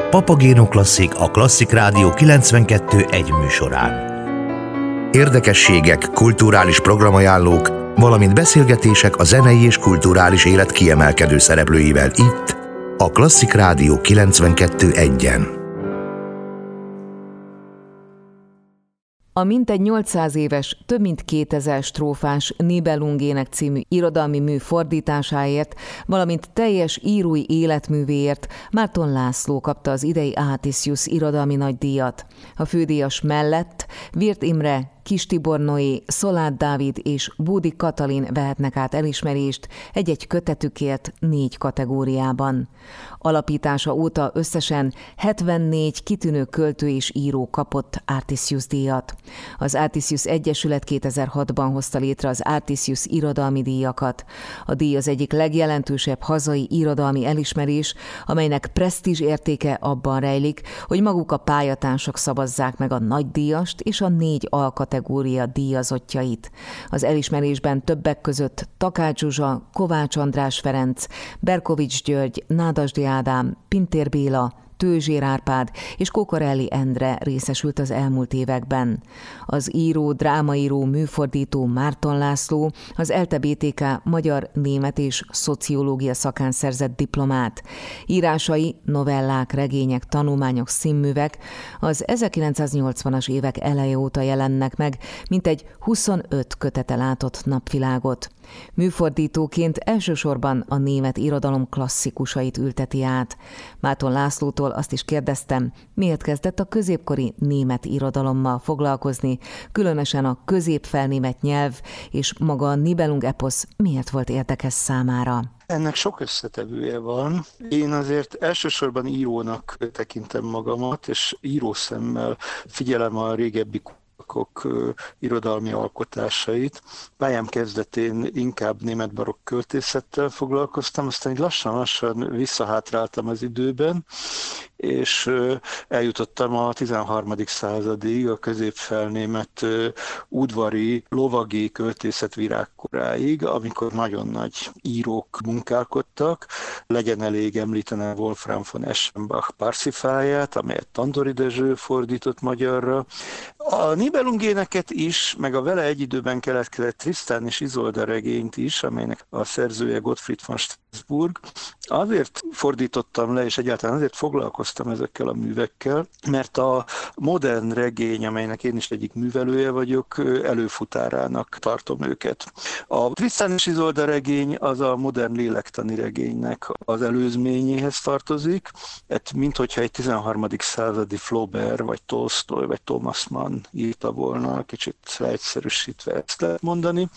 Papagéno Klasszik a Klasszik Rádió 92.1 műsorán. Érdekességek, kulturális programajánlók, valamint beszélgetések a zenei és kulturális élet kiemelkedő szereplőivel itt, a Klasszik Rádió 92.1-en. A mintegy 800 éves, több mint 2000 strófás Nibelungének című irodalmi mű fordításáért, valamint teljes írói életművéért Márton László kapta az idei Ahatisius irodalmi nagydíjat. A fődíjas mellett Wirth Imre, Kiss Tibor Noé, Szoláth Dávid és Bódi Katalin vehetnek át elismerést egy-egy kötetükért 4 kategóriában. Alapítása óta összesen 74 kitűnő költő és író kapott Ahatisius díjat. Az Ahatisius Egyesület 2006-ban hozta létre az Ahatisius irodalmi díjakat. A díj az egyik legjelentősebb hazai irodalmi elismerés, amelynek presztízs értéke abban rejlik, hogy maguk a pályatársak szavazzák meg a nagydíjast és a 4 alkategória díjazottjait. Az elismerésben többek között Takács Zsuzsa, Kovács András Ferenc, Berkovics György, Nádasdy Ádám, Pintér Béla, Tőzsér Árpád és Kokorelli Endre részesült az elmúlt években. Az író, drámaíró, műfordító Márton László az ELTE BTK magyar, német és szociológia szakán szerzett diplomát. Írásai, novellák, regények, tanulmányok, színművek az 1980-as évek eleje óta jelennek meg, mintegy 25 kötete látott napvilágot. Műfordítóként elsősorban a német irodalom klasszikusait ülteti át. Márton Lászlótól azt is kérdeztem, miért kezdett a középkori német irodalommal foglalkozni, különösen a középfelnémet nyelv és maga a Nibelung eposz miért volt érdekes számára. Ennek sok összetevője van. Én azért elsősorban írónak tekintem magamat, és írószemmel figyelem a régebbi irodalmi alkotásait. Pályám kezdetén inkább német barokk költészettel foglalkoztam, aztán így lassan-lassan visszahátráltam az időben, és eljutottam a 13. századig, a középfelnémet udvari, lovagi költészet virágkoráig, amikor nagyon nagy írók munkálkodtak. Legyen elég említenem Wolfram von Eschenbach Parsifáját, amelyet Tandori Dezső fordított magyarra. A Nibelungéneket is, meg a vele egy időben keletkezett Tristan és Isolde regényt is, amelynek a szerzője Gottfried von Strassburg. Azért fordítottam le, és egyáltalán azért foglalkoztam ezekkel a művekkel, mert a modern regény, amelynek én is egyik művelője vagyok, előfutárának tartom őket. A Tristan és Isolde regény az a modern lélektani regénynek az előzményéhez tartozik, minthogyha egy 13. századi Flaubert, vagy Tolstoy, vagy Thomas Mann írta volna, kicsit leegyszerűsítve ezt lehet mondani.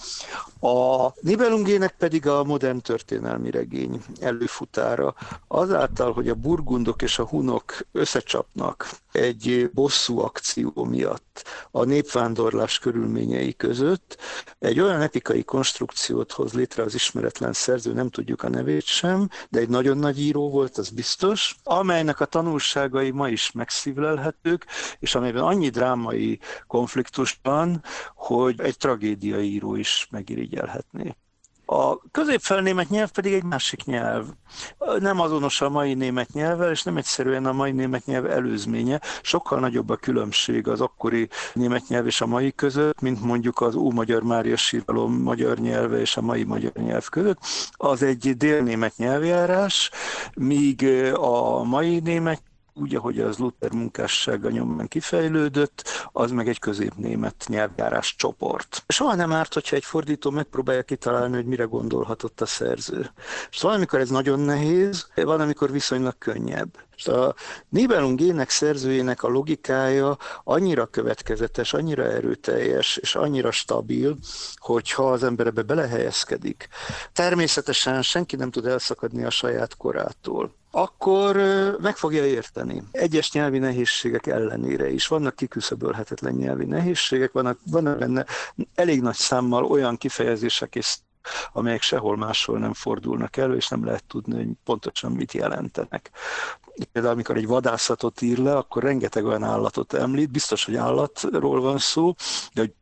A Nibelungének pedig a modern történelmi regény előfutára. Azáltal, hogy a burgundok és a hunok összecsapnak egy bosszú akció miatt a népvándorlás körülményei között, egy olyan epikai konstrukciót hoz létre az ismeretlen szerző, nem tudjuk a nevét sem, de egy nagyon nagy író volt, az biztos, amelynek a tanulságai ma is megszívlelhetők, és amelyben annyi drámai konfliktus van, hogy egy tragédiaíró is megirigyelhetné. A középfelnémet nyelv pedig egy másik nyelv. Nem azonos a mai német nyelvvel, és nem egyszerűen a mai német nyelv előzménye. Sokkal nagyobb a különbség az akkori német nyelv és a mai között, mint mondjuk az Ómagyar Mária síralom magyar nyelve és a mai magyar nyelv között. Az egy délnémet nyelvjárás, míg a mai német, úgy, ahogy az Luther munkássága nyomán kifejlődött, az meg egy középnémet nyelvjárás csoport. Soha nem árt, hogyha egy fordító megpróbálja kitalálni, hogy mire gondolhatott a szerző. És van, amikor ez nagyon nehéz, van, amikor viszonylag könnyebb. És a Nibelungének szerzőjének a logikája annyira következetes, annyira erőteljes és annyira stabil, hogyha az ember ebbe belehelyezkedik. Természetesen senki nem tud elszakadni a saját korától. Akkor meg fogja érteni. Egyes nyelvi nehézségek ellenére is. Vannak kiküszöbölhetetlen nyelvi nehézségek, vannak benne elég nagy számmal olyan kifejezések és amelyek sehol máshol nem fordulnak elő, és nem lehet tudni, hogy pontosan mit jelentenek. Például, amikor egy vadászatot ír le, akkor rengeteg olyan állatot említ, biztos, hogy állatról van szó, de hogy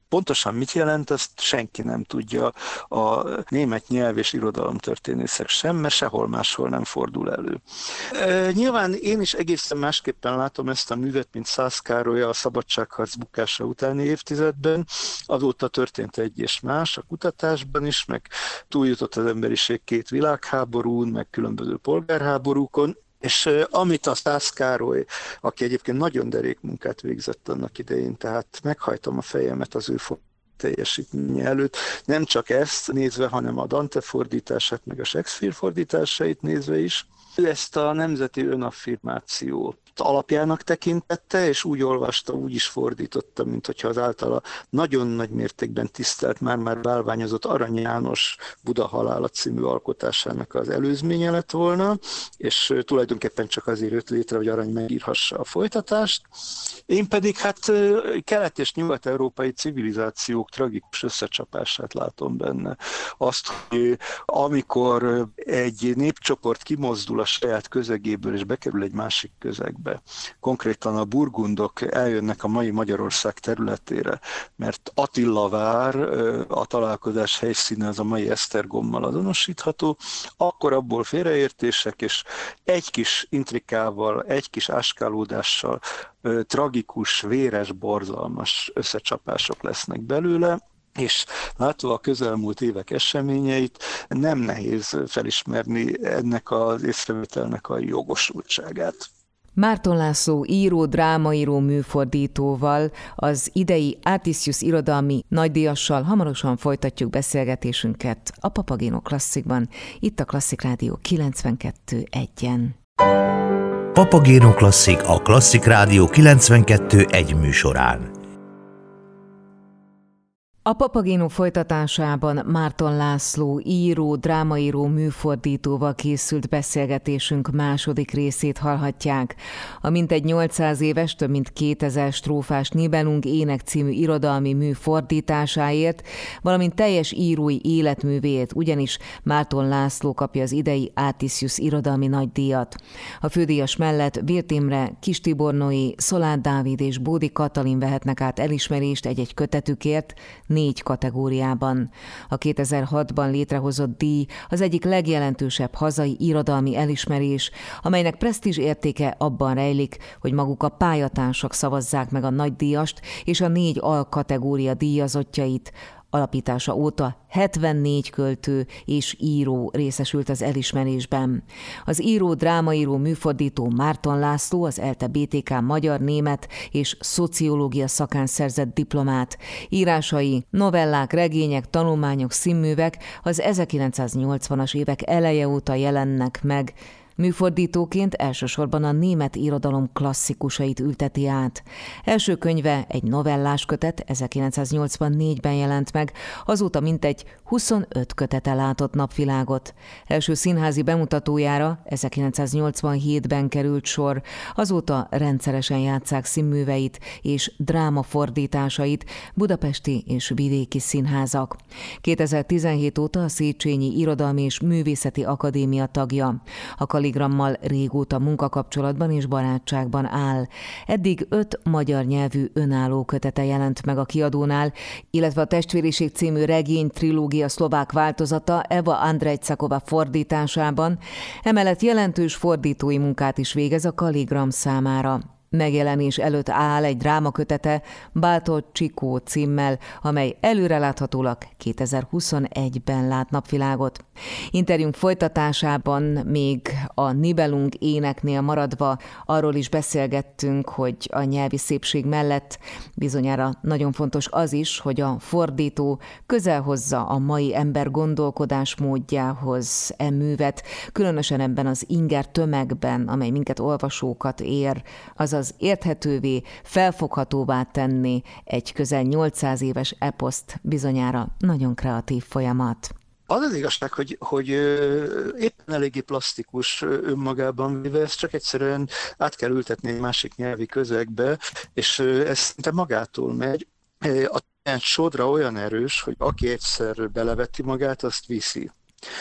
pontosan mit jelent, azt senki nem tudja, a német nyelv és irodalomtörténészek sem, mert sehol máshol nem fordul elő. Nyilván én is egészen másképpen látom ezt a művet, mint Szász Károly a szabadságharc bukása utáni évtizedben. Azóta történt egy és más a kutatásban is, meg túljutott az emberiség 2 világháborún, meg különböző polgárháborúkon, és amit a Szász Károly, aki egyébként nagyon derék munkát végzett annak idején, tehát meghajtom a fejemet az ő teljesítménye előtt, nem csak ezt nézve, hanem a Dante fordítását, meg a Shakespeare fordításait nézve is. Ő ezt a nemzeti önaffirmációt alapjának tekintette, és úgy olvasta, úgy is fordította, mint hogyha az általa nagyon nagy mértékben tisztelt, már bálványozott Arany János Buda halála című alkotásának az előzménye lett volna, és tulajdonképpen csak azért jött létre, hogy Arany megírhassa a folytatást. Én pedig kelet- és nyugat-európai civilizációk tragikus összecsapását látom benne. Azt, hogy amikor egy népcsoport kimozdul a saját közegéből, és bekerül egy másik közegbe, konkrétan a burgundok eljönnek a mai Magyarország területére, mert Attila vár, a találkozás helyszíne az a mai Esztergommal azonosítható, akkor abból félreértések, és egy kis intrikával, egy kis áskálódással tragikus, véres, borzalmas összecsapások lesznek belőle, és látva a közelmúlt évek eseményeit, nem nehéz felismerni ennek az észrevételnek a jogosultságát. Márton László író, drámaíró műfordítóval, az idei Artisius irodalmi nagydíjassal hamarosan folytatjuk beszélgetésünket a Papagéno Klasszikban, itt a Klasszik Rádió 92.1-en. Papagéno Klasszik a Klasszik Rádió 92.1 műsorán. A Papagéno folytatásában Márton László író, drámaíró műfordítóval készült beszélgetésünk második részét hallhatják. A mintegy 800 éves, több mint 2000 strófás Nibelung ének című irodalmi mű fordításáért, valamint teljes írói életművéért, ugyanis Márton László kapja az idei Artisius irodalmi nagydíjat. A fődíjas mellett Wirth Imre, Kiss Tibor Noé, Szoláth Dávid és Bódi Katalin vehetnek át elismerést egy-egy kötetükért, 4 kategóriában. A 2006-ban létrehozott díj az egyik legjelentősebb hazai irodalmi elismerés, amelynek presztízs értéke abban rejlik, hogy maguk a pályatársak szavazzák meg a nagydíjast és a 4 alkategória díjazottjait. Alapítása óta 74 költő és író részesült az elismerésben. Az író, drámaíró, műfordító Márton László az ELTE BTK magyar, német és szociológia szakán szerzett diplomát. Írásai, novellák, regények, tanulmányok, színművek az 1980-as évek eleje óta jelennek meg. Műfordítóként elsősorban a német irodalom klasszikusait ülteti át. Első könyve egy novellás kötet, 1984-ben jelent meg, azóta mintegy 25 kötete látott napvilágot. Első színházi bemutatójára 1987-ben került sor, azóta rendszeresen játsszák színműveit és drámafordításait budapesti és vidéki színházak. 2017 óta a Széchenyi Irodalmi és Művészeti Akadémia tagja. A Kaligrammal régóta munkakapcsolatban és barátságban áll. Eddig 5 magyar nyelvű önálló kötete jelent meg a kiadónál, illetve a Testvériség című regény trilógia szlovák változata Eva Andrejcakova fordításában, emellett jelentős fordítói munkát is végez a Kaligram számára. Megjelenés előtt áll egy drámakötete Bátor Csikó címmel, amely előreláthatólag 2021-ben lát napvilágot. Interjúnk folytatásában még a Nibelung éneknél maradva arról is beszélgettünk, hogy a nyelvi szépség mellett bizonyára nagyon fontos az is, hogy a fordító közel hozza a mai ember gondolkodásmódjához művet, különösen ebben az inger tömegben, amely minket olvasókat ér, azaz érthetővé, felfoghatóvá tenni egy közel 800 éves eposzt bizonyára nagyon kreatív folyamat. Az az igazság, hogy éppen eléggé plastikus önmagában véve, ezt csak egyszerűen át kell ültetni egy másik nyelvi közegbe, és ez szinte magától megy. A sodra olyan erős, hogy aki egyszer beleveti magát, azt viszi.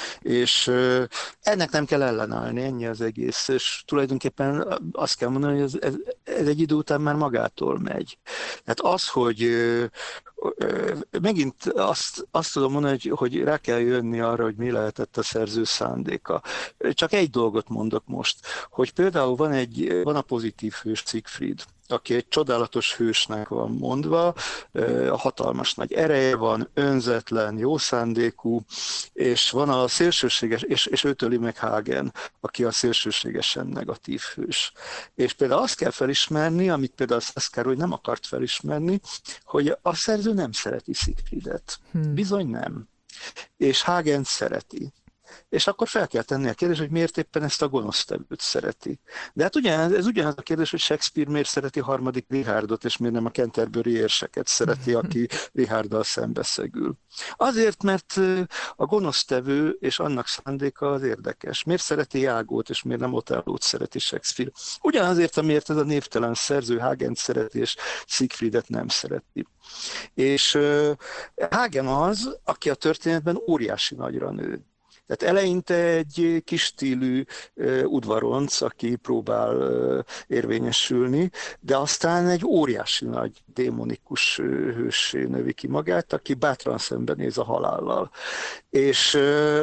És ennek nem kell ellenállni, ennyi az egész, és tulajdonképpen azt kell mondani, hogy ez egy idő után már magától megy. Tehát az, hogy megint azt tudom mondani, hogy rá kell jönni arra, hogy mi lehetett a szerző szándéka. Csak egy dolgot mondok most, hogy például van a pozitív hős Siegfried, aki egy csodálatos hősnek van mondva, hatalmas nagy ereje van, önzetlen, jó szándékú, és van a szélsőséges, és őt öli meg Hagen, aki a szélsőségesen negatív hős. És például azt kell felismerni, amit például Saskároly nem akart felismerni, hogy a szerző nem szereti Siegfriedet. Bizony nem. És Hagen szereti. És akkor fel kell tenni a kérdést, hogy miért éppen ezt a gonosztevőt szereti. De hát ez ugyanaz a kérdés, hogy Shakespeare miért szereti harmadik Richardot, és miért nem a Canterbury érseket szereti, aki Richarddal szembeszegül. Azért, mert a gonosztevő és annak szándéka az érdekes. Miért szereti Jágót, és miért nem Otellót szereti Shakespeare? Ugyanazért, amiért ez a névtelen szerző Hagent szereti, és Siegfriedet nem szereti. És Hagen az, aki a történetben óriási nagyra nő. Tehát eleinte egy kis stílű udvaronc, aki próbál érvényesülni, de aztán egy óriási nagy démonikus hőssé növi ki magát, aki bátran szembenéz a halállal. És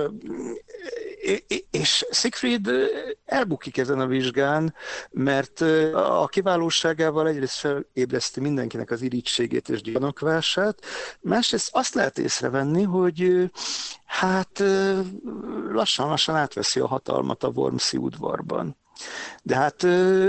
Siegfried elbukik ezen a vizsgán, mert a kiválóságával egyrészt felébreszti mindenkinek az irítségét és gyanakvását, másrészt azt lehet észrevenni, hogy hát lassan-lassan átveszi a hatalmat a Wormsi udvarban. De hát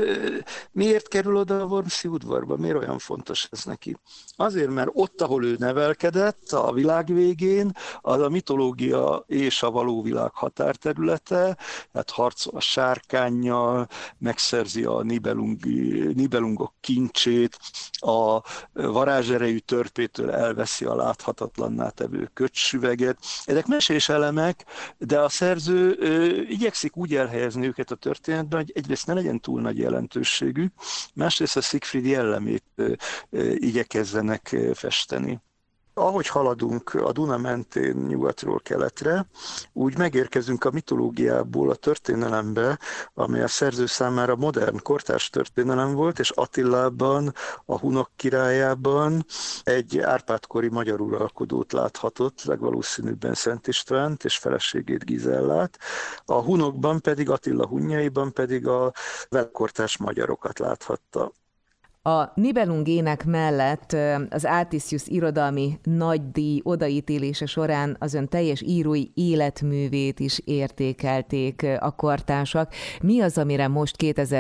miért kerül oda a Wormsi udvarba? Miért olyan fontos ez neki? Azért, mert ott, ahol ő nevelkedett, a világ végén, az a mitológia és a való világ határterülete, tehát harcol a sárkánnyal, megszerzi a nibelungok kincsét, a varázserejű törpétől elveszi a láthatatlanná tevő köcsüveget. Ezek mesés elemek, de a szerző igyekszik úgy elhelyezni őket a történetben, hogy egyrészt ne legyen túl nagy jelentőségű, másrészt a Siegfried jellemét igyekezzenek festeni. Ahogy haladunk a Duna mentén nyugatról keletre, úgy megérkezünk a mitológiából a történelembe, amely a szerző számára modern, kortárs történelem volt, és Attilában, a hunok királyában egy Árpád-kori magyar uralkodót láthatott, legvalószínűbben Szent Istvánt és feleségét Gizellát. A hunokban pedig, Attila hunjaiban pedig a velekortárs magyarokat láthatta. A Nibelungének mellett az Ahltisius irodalmi nagydíj odaítélése során az ön teljes írói életművét is értékelték a kortársak. Mi az, amire most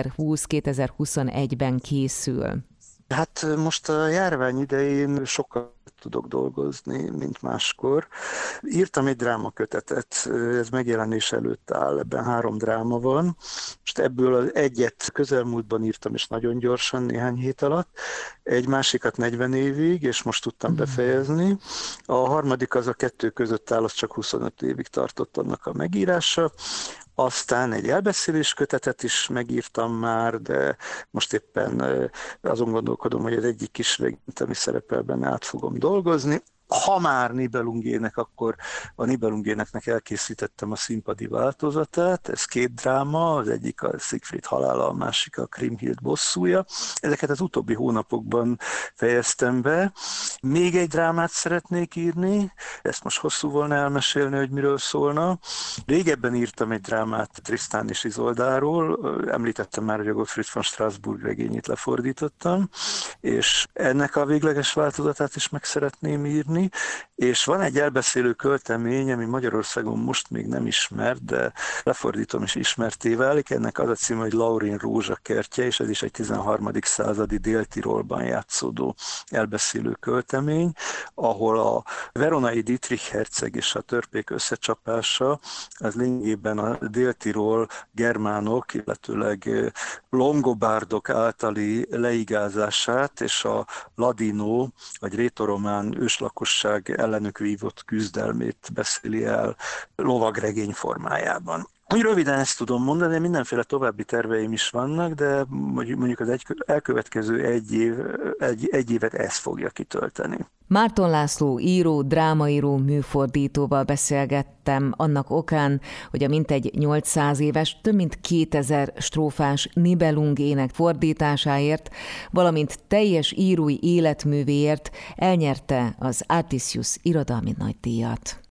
2020-2021-ben készül? Hát most a járvány idején sokkal tudok dolgozni, mint máskor. Írtam egy drámakötetet, ez megjelenés előtt áll, ebben 3 dráma van. Most ebből az egyet közelmúltban írtam, és nagyon gyorsan, néhány hét alatt. Egy másikat 40 évig, és most tudtam befejezni. A harmadik az a 2 között áll, az csak 25 évig tartott annak a megírása. Aztán egy elbeszélés kötetet is megírtam már, de most éppen azon gondolkodom, hogy az egyik kis regényt, ami szerepel benne, át fogom dolgozni. Ha már Nibelungének, akkor a Nibelungéneknek elkészítettem a színpadi változatát, ez 2 dráma, az egyik a Siegfried halála, a másik a Kriemhild bosszúja. Ezeket az utóbbi hónapokban fejeztem be. Még egy drámát szeretnék írni, ezt most hosszú volna elmesélni, hogy miről szólna. Régebben írtam egy drámát Tristan és Isoldáról, említettem már, hogy a Gottfried von Strassburg regényét lefordítottam, és ennek a végleges változatát is meg szeretném írni. És van egy elbeszélő költemény, ami Magyarországon most még nem ismert, de lefordítom is ismertté válik. Ennek az a címe, hogy Laurin rózsakertje, és ez is egy 13. századi Dél-Tirolban játszódó elbeszélő költemény, ahol a veronai Dietrich herceg és a törpék összecsapása az lényegében a Dél-Tirol germánok, illetőleg longobárdok általi leigázását és a ladino vagy rétoromán őslakosság ellenük vívott küzdelmét beszéli el lovagregény formájában. Röviden ezt tudom mondani, mindenféle további terveim is vannak, de mondjuk az elkövetkező egy évet ez fogja kitölteni. Márton László író, drámaíró, műfordítóval beszélgettem annak okán, hogy a mintegy 800 éves, több mint 2000 strófás Nibelung ének fordításáért, valamint teljes írói életművéért elnyerte az Artisius irodalmi nagydíjat.